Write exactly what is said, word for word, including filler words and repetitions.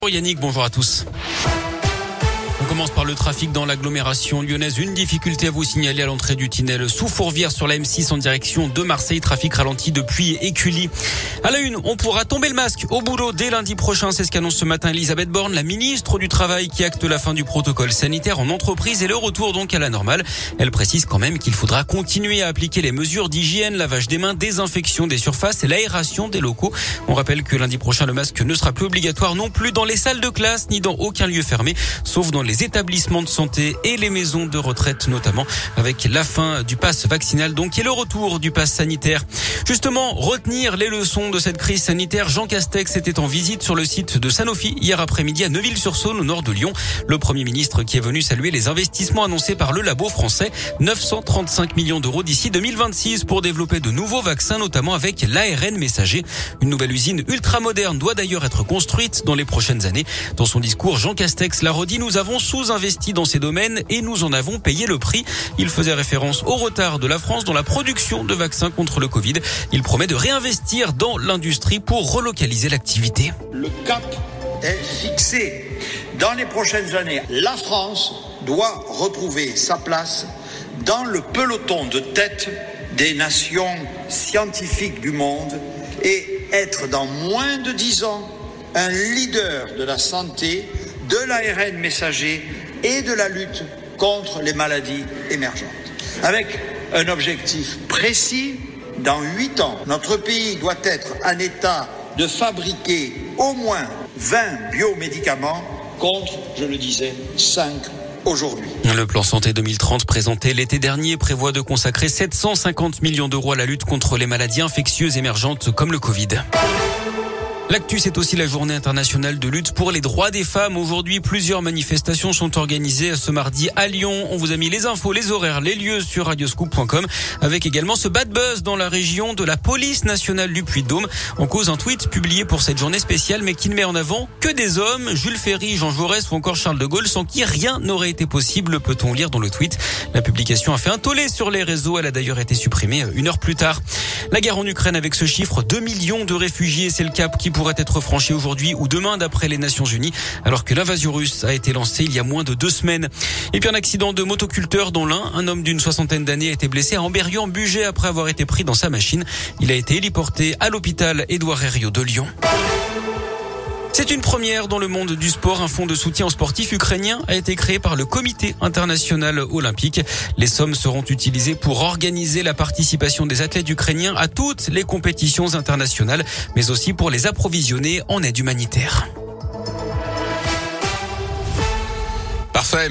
Bonjour Yannick, bonjour à tous. On commence par le trafic dans l'agglomération lyonnaise. Une difficulté à vous signaler à l'entrée du tunnel sous Fourvière sur la M six en direction de Marseille. Trafic ralenti depuis Écully. À la une, on pourra tomber le masque au boulot dès lundi prochain. C'est ce qu'annonce ce matin Elisabeth Borne, la ministre du Travail, qui acte la fin du protocole sanitaire en entreprise et le retour donc à la normale. Elle précise quand même qu'il faudra continuer à appliquer les mesures d'hygiène, lavage des mains, désinfection des surfaces et l'aération des locaux. On rappelle que lundi prochain, le masque ne sera plus obligatoire non plus dans les salles de classe ni dans aucun lieu fermé, sauf dans les établissements de santé et les maisons de retraite notamment, avec la fin du pass vaccinal donc et le retour du pass sanitaire. Justement, retenir les leçons de cette crise sanitaire. Jean Castex était en visite sur le site de Sanofi hier après-midi à Neuville-sur-Saône au nord de Lyon. Le Premier ministre qui est venu saluer les investissements annoncés par le labo français, neuf cent trente-cinq millions d'euros d'ici deux mille vingt-six pour développer de nouveaux vaccins, notamment avec l'A R N messager. Une nouvelle usine ultramoderne doit d'ailleurs être construite dans les prochaines années. Dans son discours, Jean Castex l'a redit, nous avons sous-investi dans ces domaines et nous en avons payé le prix. Il faisait référence au retard de la France dans la production de vaccins contre le Covid. Il promet de réinvestir dans l'industrie pour relocaliser l'activité. Le cap est fixé. Dans les prochaines années, la France doit retrouver sa place dans le peloton de tête des nations scientifiques du monde et être dans moins de dix ans un leader de la santé, de l'A R N messager et de la lutte contre les maladies émergentes. Avec un objectif précis, dans huit ans, notre pays doit être en état de fabriquer au moins vingt biomédicaments contre, je le disais, cinq aujourd'hui. Le plan santé deux mille trente présenté l'été dernier prévoit de consacrer sept cent cinquante millions d'euros à la lutte contre les maladies infectieuses émergentes comme le Covid. L'actu, c'est aussi la journée internationale de lutte pour les droits des femmes. Aujourd'hui, plusieurs manifestations sont organisées ce mardi à Lyon. On vous a mis les infos, les horaires, les lieux sur radioscoop point com, avec également ce bad buzz dans la région de la police nationale du Puy-de-Dôme. En cause, un tweet publié pour cette journée spéciale, mais qui ne met en avant que des hommes, Jules Ferry, Jean Jaurès ou encore Charles de Gaulle, sans qui rien n'aurait été possible, peut-on lire dans le tweet. La publication a fait un tollé sur les réseaux. Elle a d'ailleurs été supprimée une heure plus tard. La guerre en Ukraine avec ce chiffre, deux millions de réfugiés, c'est le cap qui pourrait être franchi aujourd'hui ou demain d'après les Nations Unies, alors que l'invasion russe a été lancée il y a moins de deux semaines. Et puis un accident de motoculteur dans l'Ain. Un homme d'une soixantaine d'années a été blessé à Ambérieu-en-Bugey après avoir été pris dans sa machine. Il a été héliporté à l'hôpital Édouard Herriot de Lyon. C'est une première dans le monde du sport. Un fonds de soutien aux sportifs ukrainiens a été créé par le Comité international olympique. Les sommes seront utilisées pour organiser la participation des athlètes ukrainiens à toutes les compétitions internationales, mais aussi pour les approvisionner en aide humanitaire.